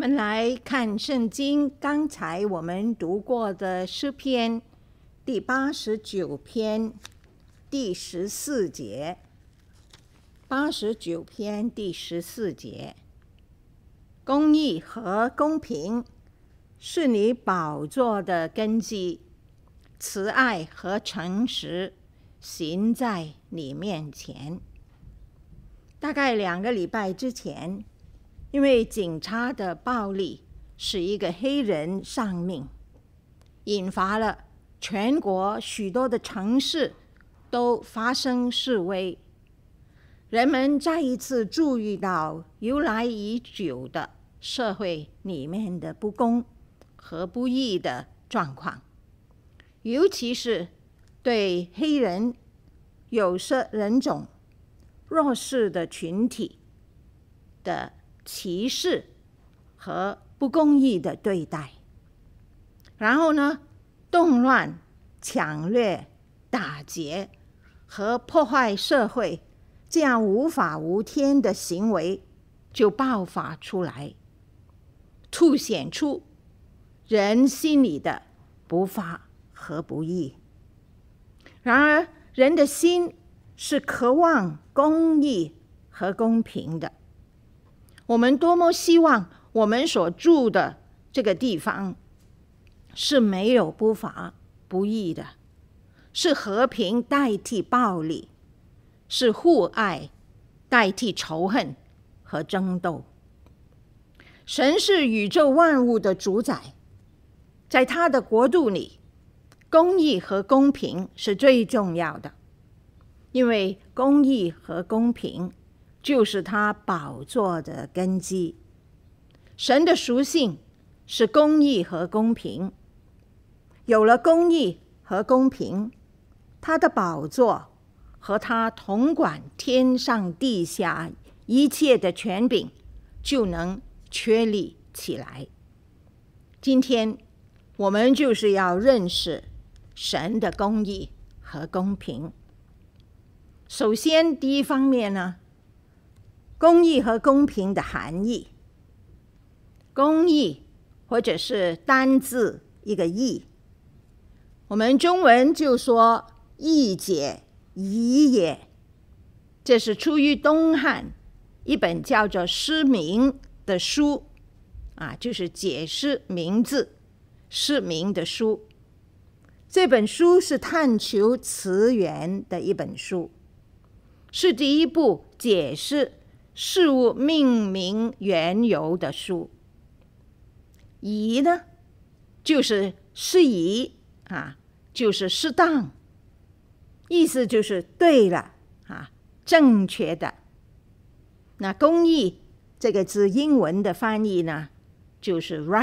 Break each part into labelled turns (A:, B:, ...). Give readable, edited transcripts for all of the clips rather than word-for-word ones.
A: 们来看圣经，刚才我们读过的诗篇第89篇第14节，89篇第14节，公义和公平是你宝座的根基，慈爱和诚实行在你面前。大概2个礼拜之前，因为警察的暴力使一个黑人丧命，引发了全国许多的城市都发生示威，人们再一次注意到由来已久的社会里面的不公和不义的状况，尤其是对黑人、有色人种、弱势的群体的歧视和不公义的对待，然后呢，动乱、抢掠、打劫和破坏社会这样无法无天的行为就爆发出来，凸显出人心里的不法和不义。然而，人的心是渴望公义和公平的。我们多么希望我们所住的这个地方是没有不法不义的，是和平代替暴力，是互爱代替仇恨和争斗。神是宇宙万物的主宰，在他的国度里，公义和公平是最重要的，因为公义和公平就是他宝座的根基。神的属性是公义和公平，有了公义和公平，他的宝座和他统管天上地下一切的权柄就能确立起来。今天我们就是要认识神的公义和公平。首先，第一方面呢，公义和公平的含义。公义或者是单字一个义，我们中文就说义解宜也，这是出于东汉一本叫做《释名》的书就是解释名字释名的书。这本书是探求词源的一本书，是第一部解释事物命名缘由的书。宜呢，就是适宜就是适当，意思就是对了正确的。那公义这个字英文的翻译呢，就是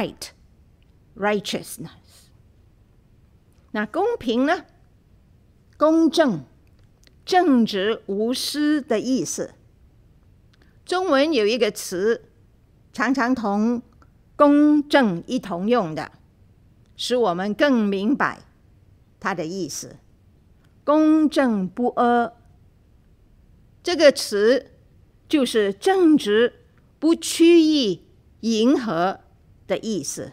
A: righteousness。那公平呢，公正、正直无私的意思。中文有一个词常常同公正一同用的，使我们更明白它的意思。公正不阿，这个词就是正直不曲意迎合的意思。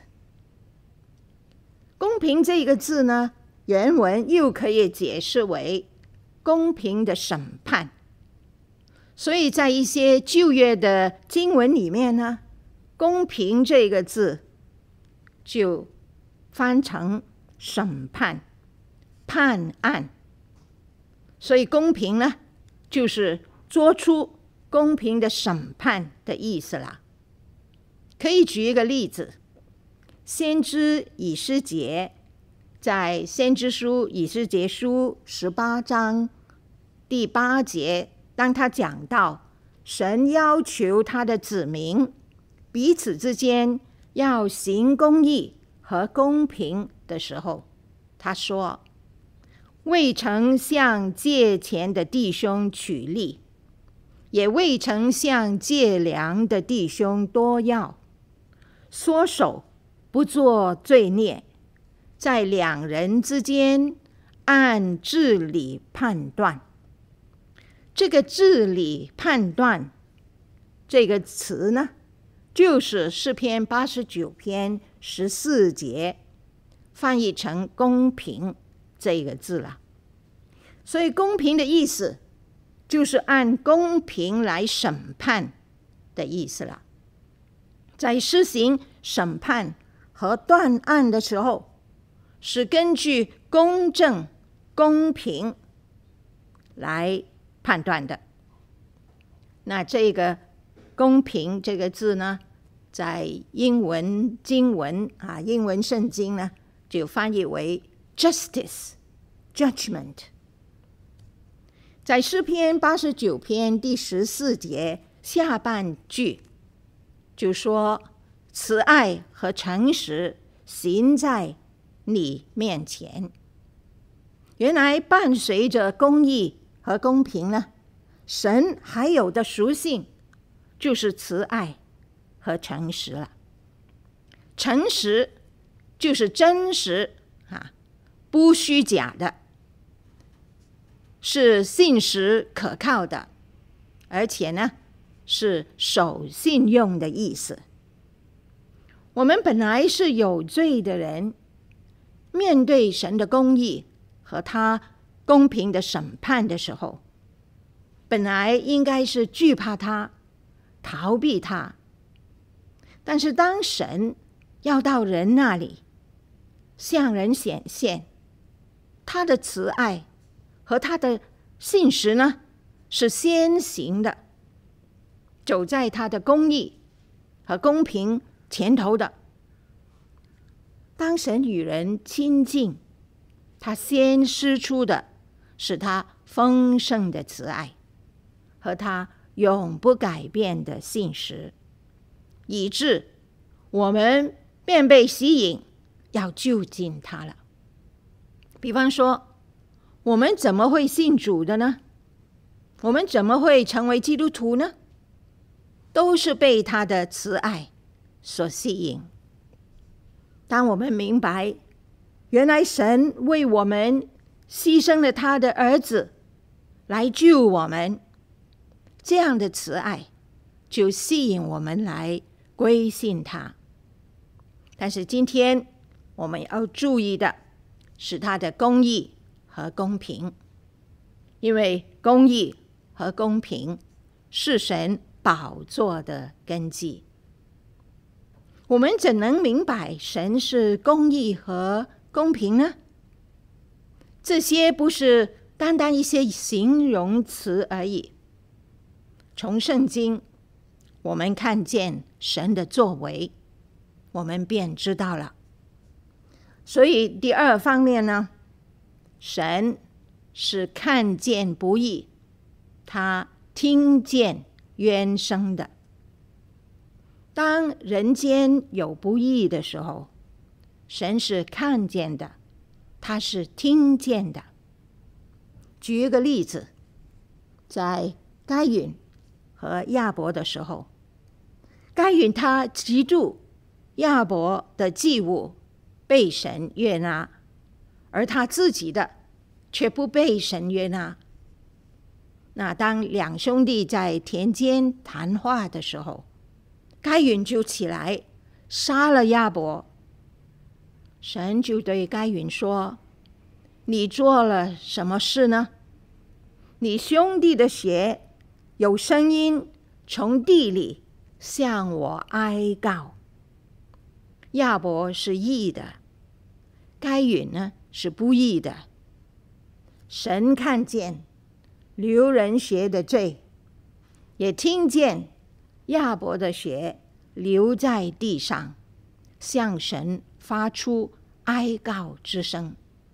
A: 公平这个字呢，原文又可以解释为公平的审判，所以在一些旧约的经文里面呢，公平这个字就翻成审判、判案。所以公平呢，就是做出公平的审判的意思啦。可以举一个例子，先知以斯结在先知书以斯结书18章第8节，当他讲到神要求他的子民彼此之间要行公义和公平的时候，他说：未曾向借钱的弟兄取利，也未曾向借粮的弟兄多要，缩手不做罪孽，在2人之间按治理判断。这个治理判断这个词呢， 就是诗篇89篇14节翻译成公平这个字了。所以公平的意思就是按公平来审判的意思了。在施行审判和断案的时候，是根据公正公平来判断的。那这个公平这个字呢，在英文经文英文圣经呢就翻译为 justice judgment。 在诗篇89篇第14节下半句就说，慈爱和诚实行在你面前。原来伴随着公义和公平呢，神还有的属性就是慈爱和诚实了。诚实就是真实不虚假的，是信实可靠的，而且呢是守信用的意思。我们本来是有罪的人，面对神的公义和他公平的审判的时候，本来应该是惧怕他，逃避他。但是当神要到人那里向人显现，他的慈爱和他的信实呢是先行的，走在他的公义和公平前头的。当神与人亲近，他先施出的是他丰盛的慈爱和他永不改变的信实，以致我们便被吸引要就近他了。比方说，我们怎么会信主的呢？我们怎么会成为基督徒呢？都是被他的慈爱所吸引。当我们明白原来神为我们牺牲了他的儿子来救我们，这样的慈爱就吸引我们来归信他。但是今天我们要注意的是他的公义和公平，因为公义和公平是神宝座的根基。我们怎能明白神是公义和公平呢？这些不是单单一些形容词而已。从圣经我们看见神的作为，我们便知道了。所以第二方面呢，神是看见不义，他听见冤声的。当人间有不义的时候，神是看见的，他是听见的。举一个例子，在该隐和亚伯的时候，该隐他嫉妒亚伯的祭物被神悦纳，而他自己的却不被神悦纳。那当两兄弟在田间谈话的时候，该隐就起来杀了亚伯。神就对该隐说，你做了什么事呢？你兄弟的血有声音从地里向我哀告。亚伯是义的，该隐呢是不义的。神看见流人血的罪，也听见亚伯的血流在地上，向神发出哀告之声。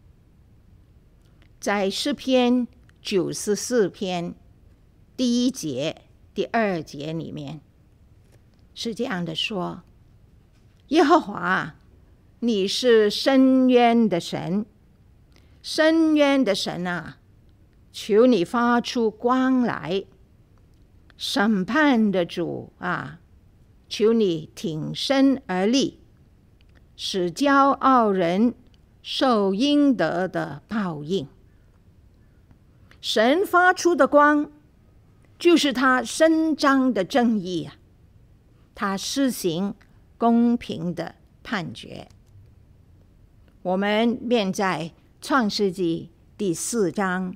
A: 在诗篇94篇第1节、第2节里面是这样的说：耶和华，你是伸冤的神，伸冤的神啊，求你发出光来。审判的主啊，求你挺身而立，使骄傲人受应得的报应。神发出的光就是他伸张的正义啊， 他施行公平的判决。我们便在创世纪第4章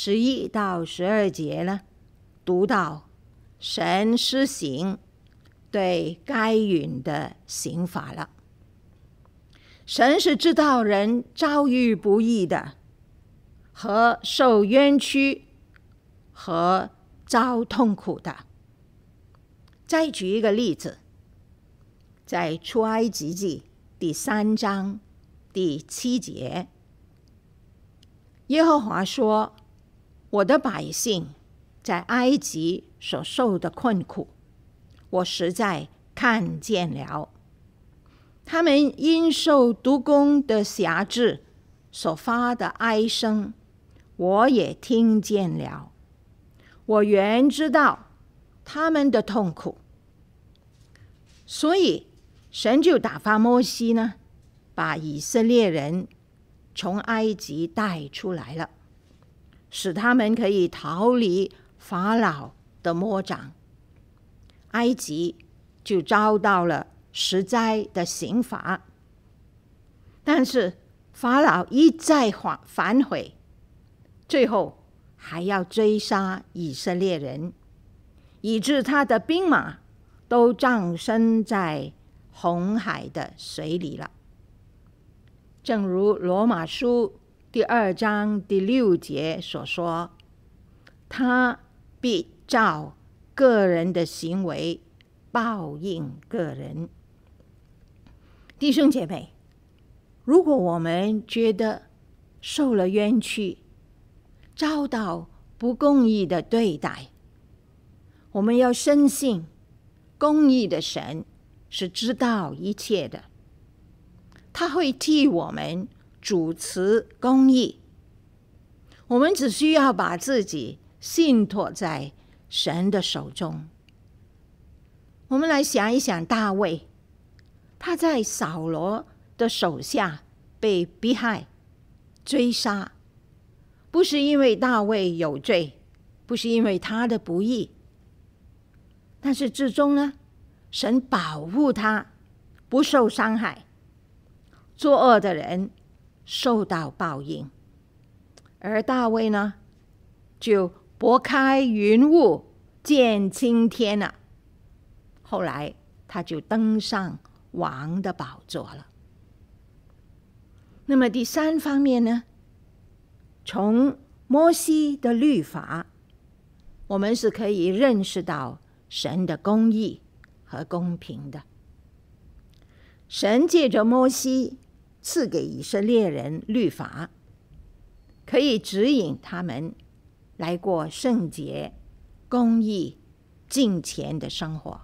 A: 11到12节呢，读到神施行对该隐的刑罚了。神是知道人遭遇不义的，和受冤屈和遭痛苦的。再举一个例子，在出埃及记第3章第7节，耶和华说：我的百姓在埃及所受的困苦，我实在看见了。他们因受毒弓的辖制所发的哀声，我也听见了。我原知道他们的痛苦，所以神就打发摩西呢，把以色列人从埃及带出来了，使他们可以逃离法老的魔掌。埃及就遭到了10灾的刑罚，但是法老一再反悔，最后还要追杀以色列人，以致他的兵马都葬身在红海的水里了。正如罗马书第2章第6节所说，他必照个人的行为报应个人。弟兄姐妹，如果我们觉得受了冤屈，遭到不公义的对待，我们要深信公义的神是知道一切的，他会替我们主持公义。我们只需要把自己信托在神的手中。我们来想一想大卫，他在扫罗的手下被逼害追杀，不是因为大卫有罪，不是因为他的不义，但是至终呢，神保护他不受伤害，作恶的人受到报应。而大卫呢，就拨开云雾见青天了，后来他就登上王的宝座了。那么第3方面呢，从摩西的律法，我们是可以认识到神的公义和公平的。神借着摩西赐给以色列人律法，可以指引他们来过圣洁、公义、敬虔的生活，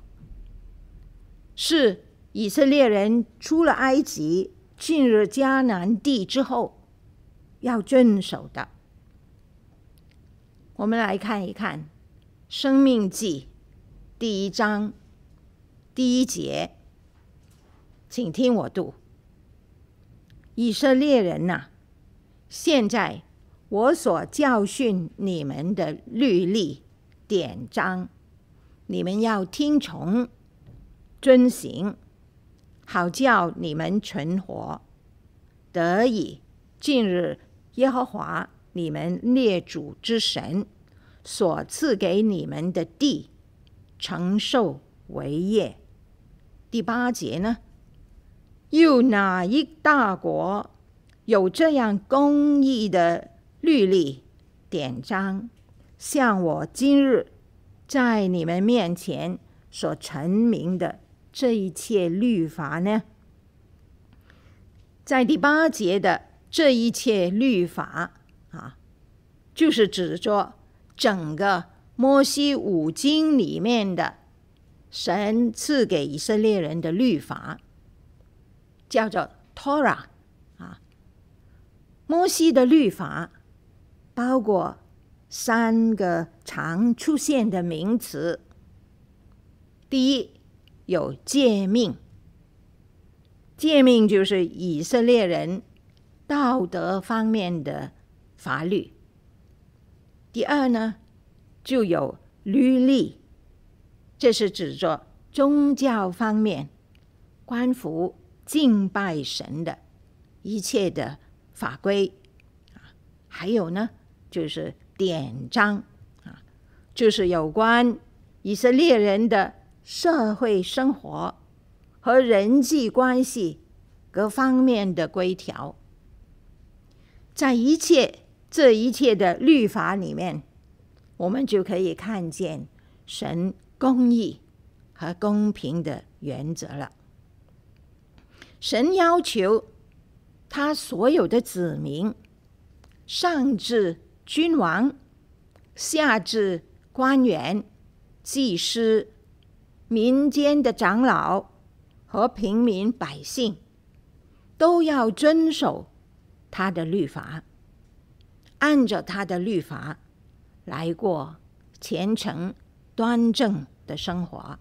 A: 是以色列人出了埃及，进入迦南地之后要遵守的。我们来看一看《申命记》第1章第1节，请听我读：以色列人啊，现在我所教训你们的律例典章，你们要听从遵行，好叫你们存活，得以进入耶和华你们列祖之神所赐给你们的地，承受为业。第8节呢，又哪一大国有这样公义的律例典章，像我今日在你们面前所陈明的这一切律法呢？在第8节的这一切律法就是指着整个摩西5经里面的神赐给以色列人的律法，叫做 Torah。 摩西的律法包括3个常出现的名词。第一，有诫命，诫命就是以色列人道德方面的法律。第二呢，就有律例，这是指着宗教方面关乎敬拜神的一切的法规，还有呢就是典章，就是有关以色列人的社会生活和人际关系各方面的规条。在这一切的律法里面，我们就可以看见神公义和公平的原则了。神要求他所有的子民，上至君王，下至官员、祭司、民间的长老和平民百姓，都要遵守他的律法，按照他的律法来过虔诚端正的生活。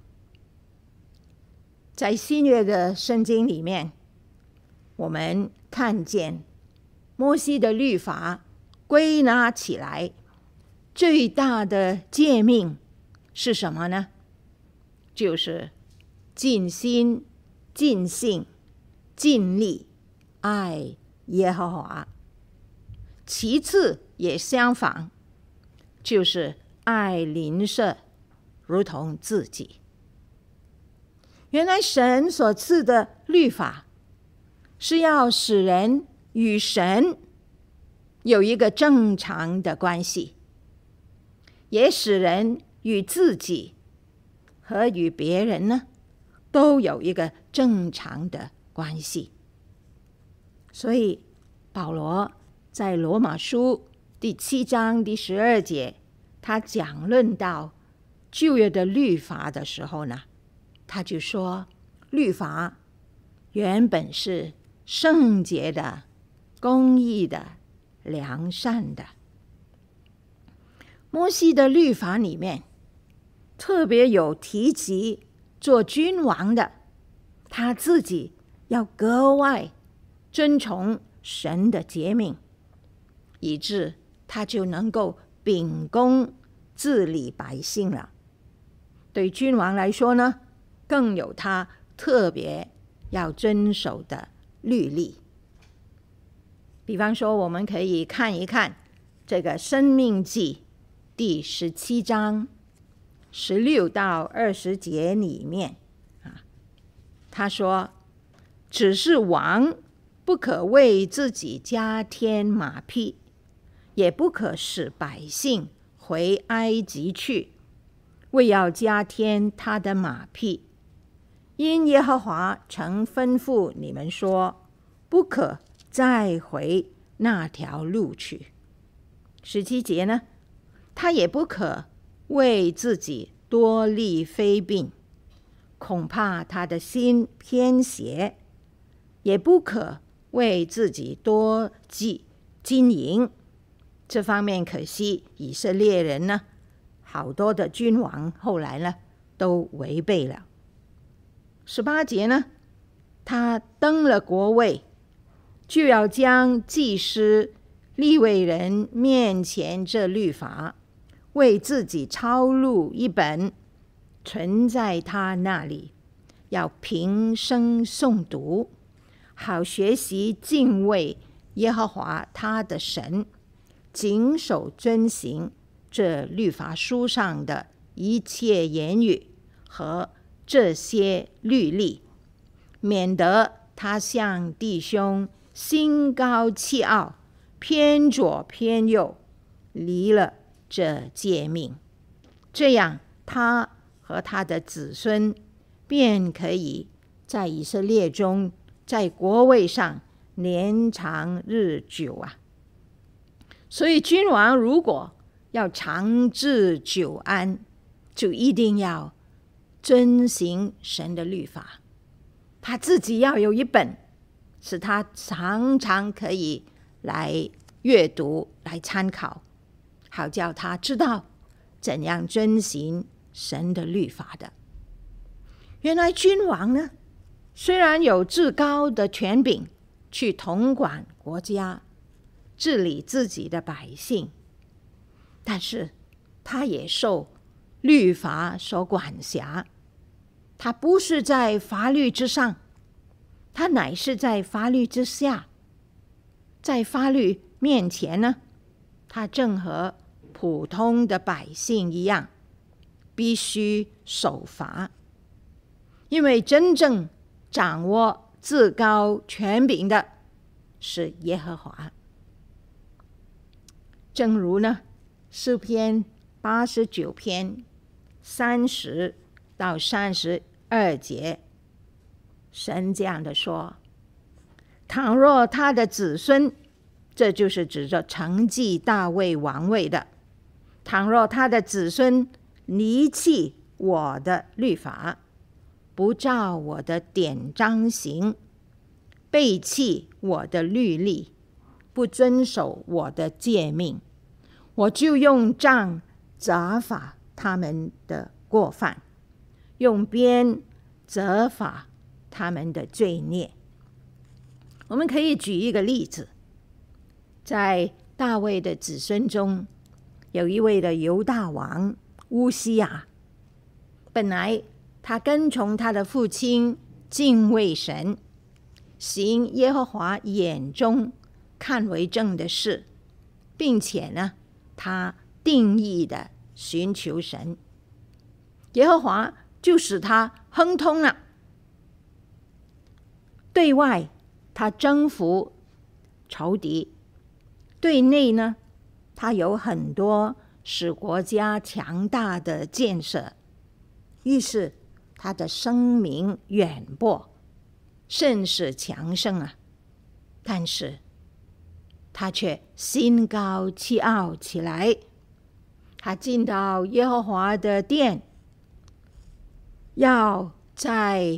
A: 在新约的圣经里面，我们看见摩西的律法归纳起来，最大的诫命是什么呢？就是尽心、尽性、尽力爱耶和华。其次也相反，就是爱邻舍如同自己。原来神所赐的律法是要使人与神有一个正常的关系，也使人与自己和与别人呢都有一个正常的关系。所以保罗在罗马书第7章第12节，他讲论到旧约的律法的时候呢，他就说律法原本是圣洁的、公义的、良善的。摩西的律法里面特别有提及做君王的，他自己要格外遵从神的诫命，以致他就能够秉公治理百姓了。对君王来说呢，更有他特别要遵守的律例。比方说，我们可以看一看这个申命记第17章16到20节里面，他说，只是王不可为自己加添马匹，也不可使百姓回埃及去，为要加添他的马匹。因耶和华曾吩咐你们说，不可再回那条路去。17节呢，他也不可为自己多立妃嫔，恐怕他的心偏邪；也不可为自己多积金银。这方面可惜以色列人呢，好多的君王后来呢都违背了。18节呢，他登了国位，就要将祭司利未人面前这律法为自己抄录一本，存在他那里，要平生诵读，好学习敬畏耶和华他的神，谨守遵行这律法书上的一切言语和这些律例，免得他向弟兄心高气傲，偏左偏右，离了这诫命。这样他和他的子孙便可以在以色列中，在国位上年长日久啊。所以君王如果要长治久安，就一定要遵行神的律法，他自己要有一本，使他常常可以来阅读、来参考，好叫他知道怎样遵行神的律法的。原来君王呢，虽然有至高的权柄去统管国家，治理自己的百姓，但是他也受律法所管辖， 他不是在法律之上，他乃是在法律之下。在法律面前呢，他正和普通的百姓一样，必须守法。因为真正掌握至高权柄的是耶和华。正如呢，诗篇89篇30到32节，神这样的说：倘若他的子孙，这就是指着承继大卫王位的，倘若他的子孙离弃我的律法，不照我的典章行，背弃我的律例，不遵守我的诫命，我就用杖责罚他们的过犯，用鞭责罚他们的罪孽。我们可以举一个例子，在大卫的子孙中，有一位的犹大王乌西雅。本来他跟从他的父亲，敬畏神，行耶和华眼中看为正的事，并且呢，他定义的寻求神，耶和华就使他亨通了。对外他征服仇敌，对内呢，他有很多使国家强大的建设，于是他的声名远播，甚是强盛啊。但是他却心高气傲起来，他进到耶和华的殿，要在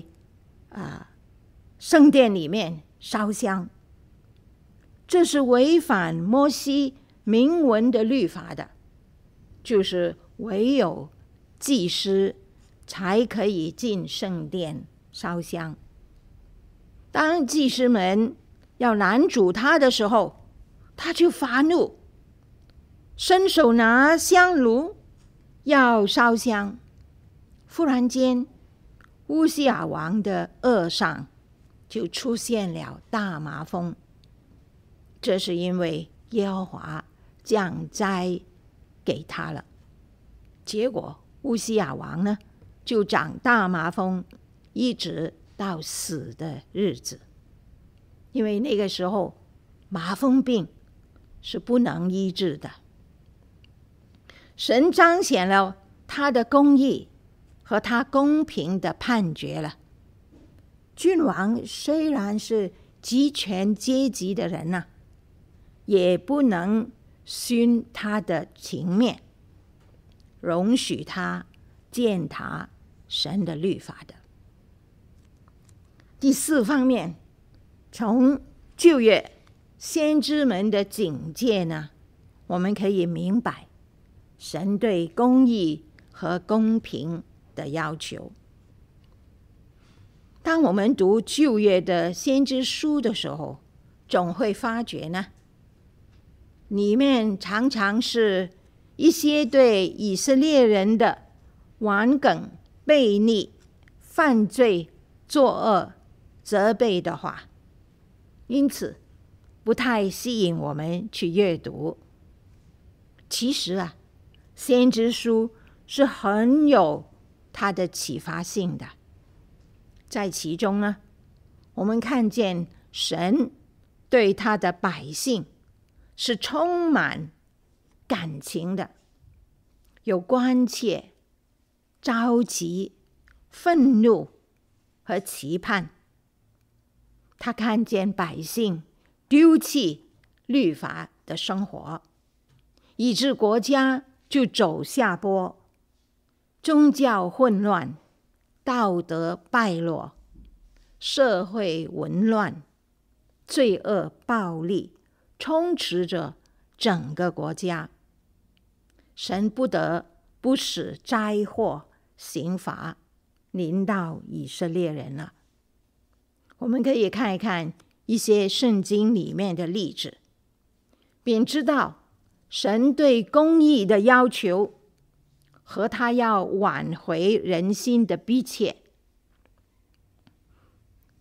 A: 圣殿里面烧香，这是违反摩西明文的律法的，就是唯有祭司才可以进圣殿烧香。当祭司们要拦阻他的时候，他就发怒，伸手拿香炉要烧香。忽然间，乌西雅王的额上就出现了大麻风，这是因为耶和华降灾给他了。结果乌西雅王呢，就长大麻风，一直到死的日子。因为那个时候麻风病是不能医治的。神彰显了他的公义和他公平的判决了。君王虽然是集权阶级的人啊，也不能徇他的情面，容许他践踏神的律法的。第四方面，从旧约先知们的警戒呢，我们可以明白神对公义和公平的要求。当我们读旧约的先知书的时候，总会发觉呢，里面常常是一些对以色列人的顽梗、悖逆、犯罪、作恶、责备的话，因此不太吸引我们去阅读。其实啊，先知书是很有它的启发性的。在其中呢，我们看见神对他的百姓是充满感情的，有关切、着急、愤怒和期盼。他看见百姓丢弃律法的生活，以致国家就走下坡，宗教混乱，道德败落，社会紊乱，罪恶暴力充斥着整个国家。神不得不使灾祸刑罚临到以色列人了。我们可以看一看一些圣经里面的例子，便知道神对公义的要求和他要挽回人心的逼切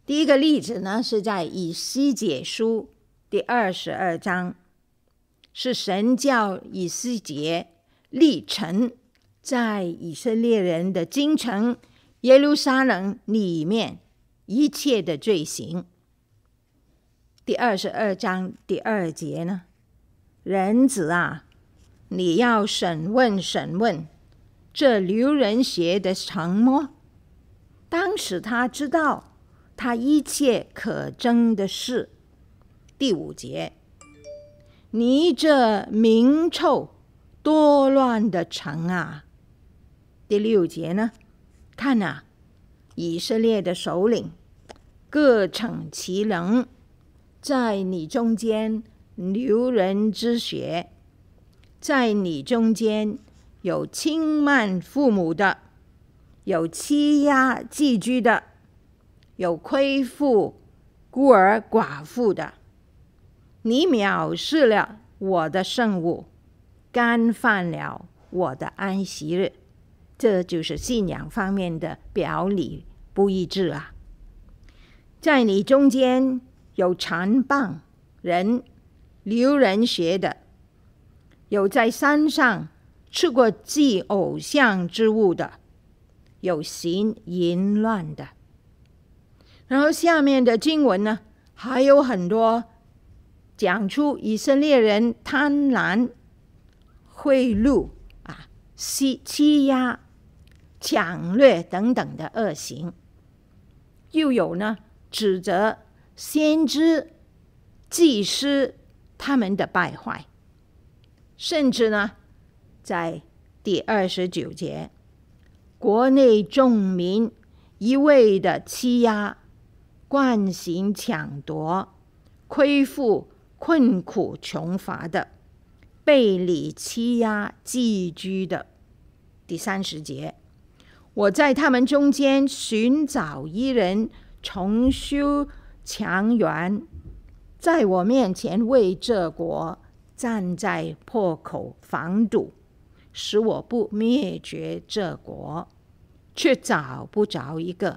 A: 第一个例子呢，是在以西结书第22章，是神叫以西结历陈在以色列人的京城耶路撒冷里面一切的罪行。第22章第2节呢，人子啊，你要审问审问这流人血的城么？当使他知道他一切可憎的事。第5节，你这名臭多乱的城啊。第6节呢，看啊，以色列的首领各逞其能，在你中间流人之血，在你中间有轻慢父母的，有欺压寄居的，有亏负孤儿寡妇的。你藐视了我的圣物，干犯了我的安息日。这就是信仰方面的表里不一致啊！在你中间有残谤人、流人血的，有在山上吃过祭偶像之物的，有行淫乱的。然后下面的经文呢，还有很多讲出以色列人贪婪、贿赂欺压、抢掠等等的恶行。又有呢，指责先知、祭司他们的败坏。甚至呢，在第29节，国内众民一味的欺压、惯行抢夺、亏负困苦穷乏的，背离欺压寄居的。第30节，我在他们中间寻找一人，重修墙垣，在我面前为这国站在破口防堵，使我不灭绝这国，却找不着一个。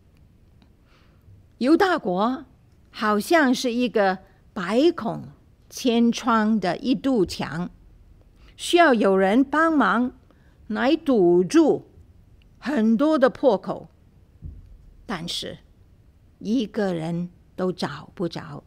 A: 犹大国好像是一个百孔千疮的一堵墙，需要有人帮忙来堵住很多的破口，但是一个人都找不着。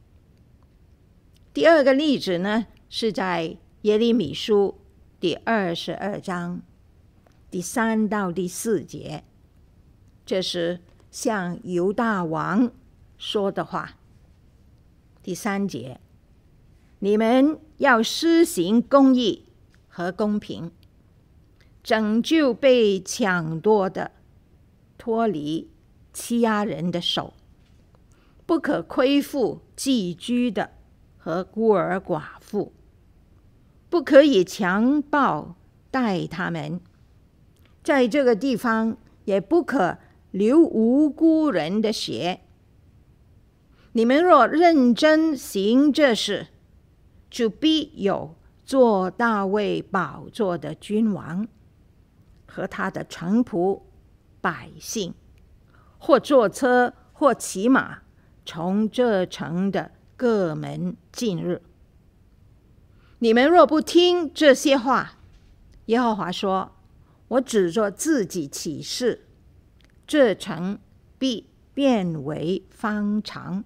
A: 第二个例子呢，是在耶利米书第22章第3到第4节，这是向犹大王说的话。第3节，你们要施行公义和公平，拯救被抢夺的，脱离欺压人的手，不可亏负寄居的和孤儿寡妇，不可以强暴待他们，在这个地方也不可流无辜人的血。你们若认真行这事，就必有做大卫宝座的君王和他的臣仆百姓，或坐车或骑马，从这城的各门进入。你们若不听这些话，耶和华说，我指着自己起誓，这城必变为荒场。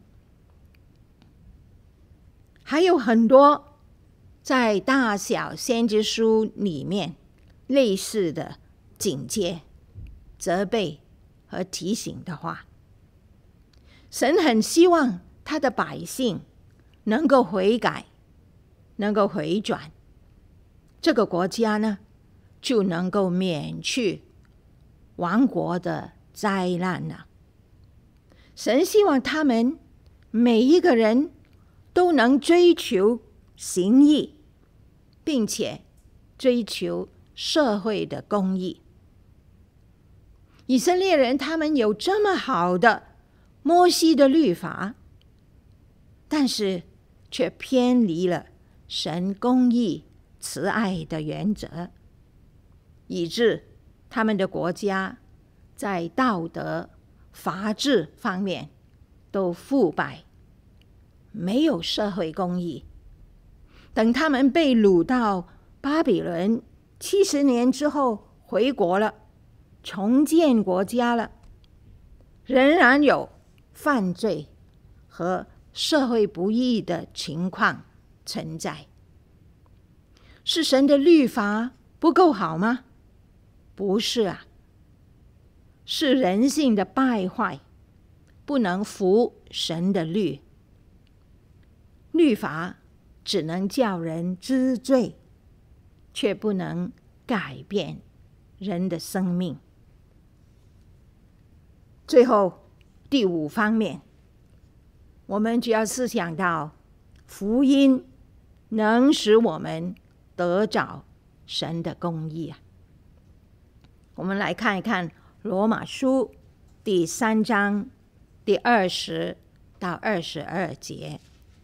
A: 还有很多在大小先知书里面类似的警戒、责备和提醒的话。神很希望他的百姓能够悔改，能够回转，这个国家呢就能够免去亡国的灾难了。神希望他们每一个人都能追求行义，并且追求社会的公义。以色列人他们有这么好的摩西的律法，但是却偏离了神公义慈爱的原则，以致他们的国家在道德法治方面都腐败，没有社会公义。等他们被掳到巴比伦70年之后回国了，重建国家了，仍然有犯罪和社会不义的情况存在。是神的律法不够好吗？不是啊，是人性的败坏，不能服神的律。律法只能叫人知罪，却不能改变人的生命。最后第5方面，我们就要思想到福音能使我们得着神的公义啊。我们来看一看罗马书第3章第20到22节。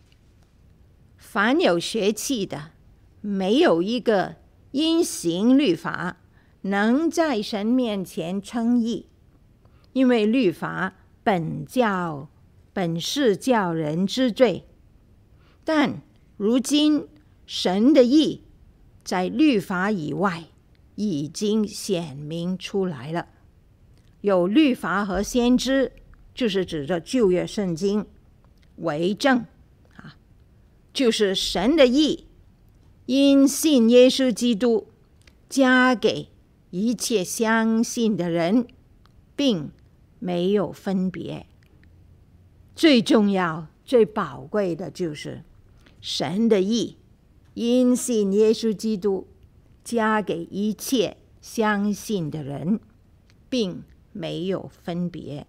A: 凡有血气的，没有一个因行律法能在神面前称义，因为律法本是叫人知罪，但如今神的义在律法以外已经显明出来了。有律法和先知，就是指着旧约圣经为证，就是神的义因信耶稣基督加给一切相信的人，并没有分别。最重要最宝贵的就是神的义因信耶稣基督加给一切相信的人，并没有分别。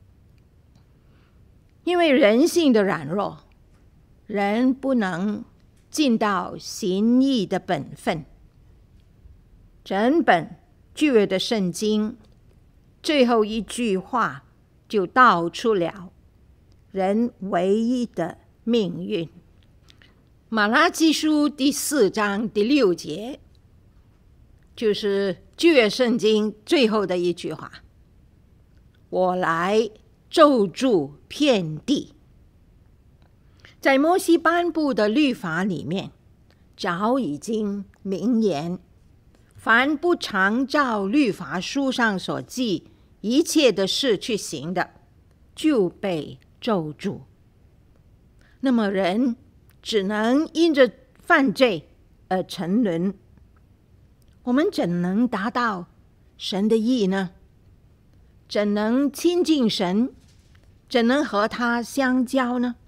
A: 因为人性的软弱，人不能尽到行义的本分。整本旧约的圣经最后一句话就道出了人唯一的命运。马拉基书第4章第6节，就是旧约圣经最后的一句话：我来咒诅遍地。在摩西颁布的律法里面，早已经明言，凡不常照律法书上所记一切的事去行的，就被咒诅。那么人只能因着犯罪而沉沦，我们怎能达到神的义呢？怎能亲近神？怎能和他相交呢？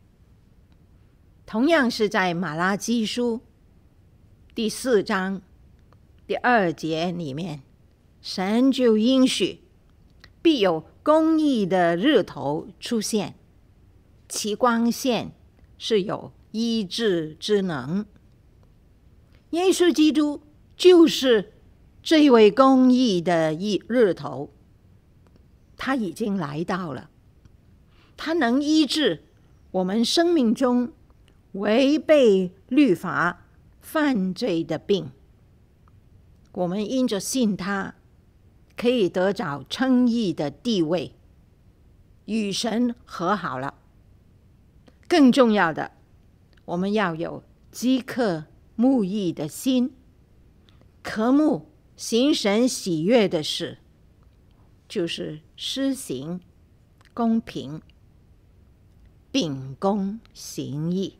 A: 同样是在马拉基书第4章第2节里面，神就应许必有公义的日头出现，其光线是有医治之能。耶稣基督就是这位公义的日头，他已经来到了，他能医治我们生命中违背律法犯罪的病。我们因着信他，可以得着称义的地位，与神和好了。更重要的，我们要有饥渴慕义的心，渴慕行神喜悦的事，就是施行公平，秉公行义。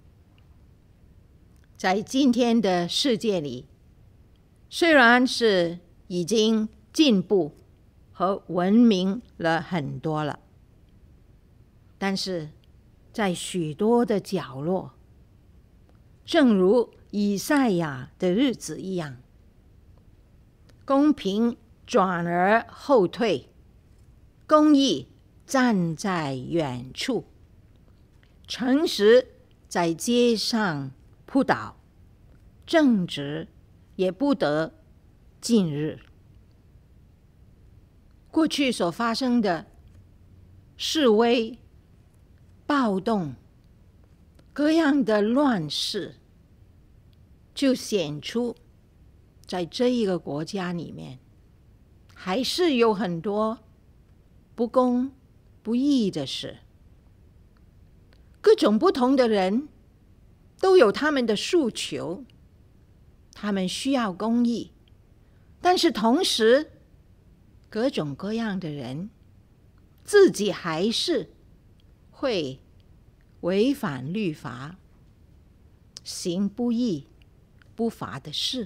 A: 在今天的世界里，虽然是已经进步和文明了很多了，但是在许多的角落，正如以赛亚的日子一样，公平转而后退，公义站在远处，诚实在街上扑倒，正直也不得近日。过去所发生的示威、暴动、各样的乱事，就显出在这一个国家里面，还是有很多不公不义的事。 各种不同的人都有他们的诉求，他们需要公义，但是同时各种各样的人自己还是会违反律法，行不义不法的事。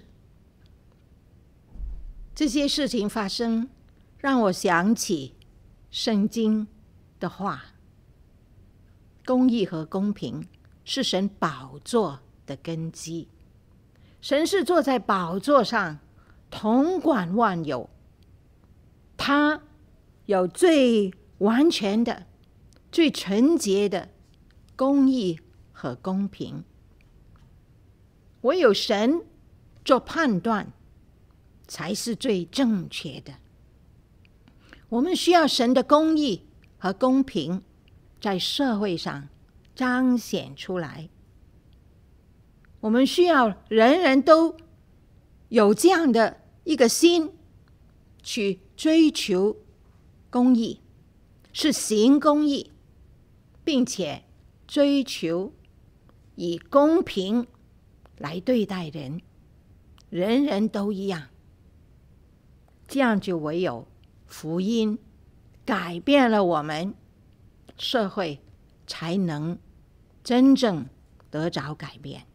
A: 这些事情发生，让我想起圣经的话，公义和公平是神宝座的根基。神是坐在宝座上，统管万有，他有最完全的、最纯洁的公义和公平。唯有神做判断才是最正确的。我们需要神的公义和公平在社会上彰显出来。我们需要人人都有这样的一个心，去追求公义，是行公义，并且追求以公平来对待人，人人都一样。这样就唯有福音改变了我们，社会才能真正得着改变。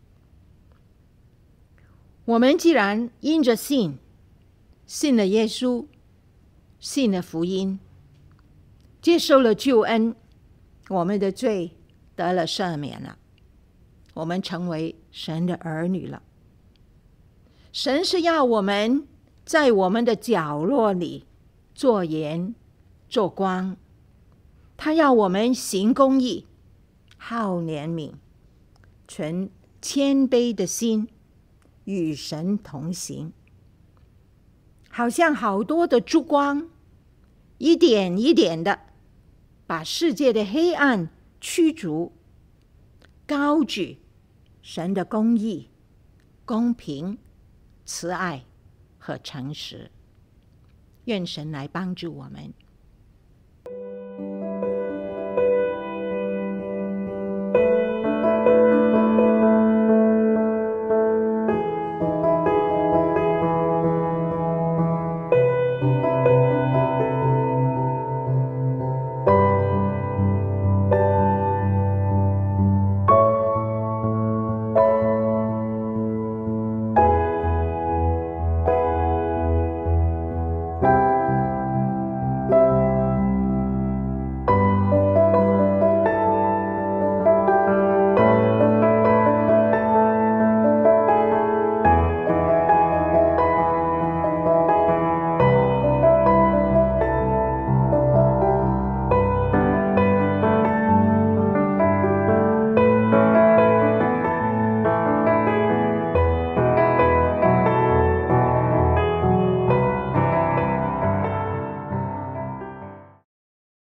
A: 我们既然因着信了耶稣，信了福音，接受了救恩，我们的罪得了赦免了，我们成为神的儿女了。神是要我们在我们的角落里做盐做光，他要我们行公义，好怜悯，存谦卑的心，与神同行。好像好多的烛光，一点一点的把世界的黑暗驱逐，高举神的公义、公平、慈爱和诚实。愿神来帮助我们。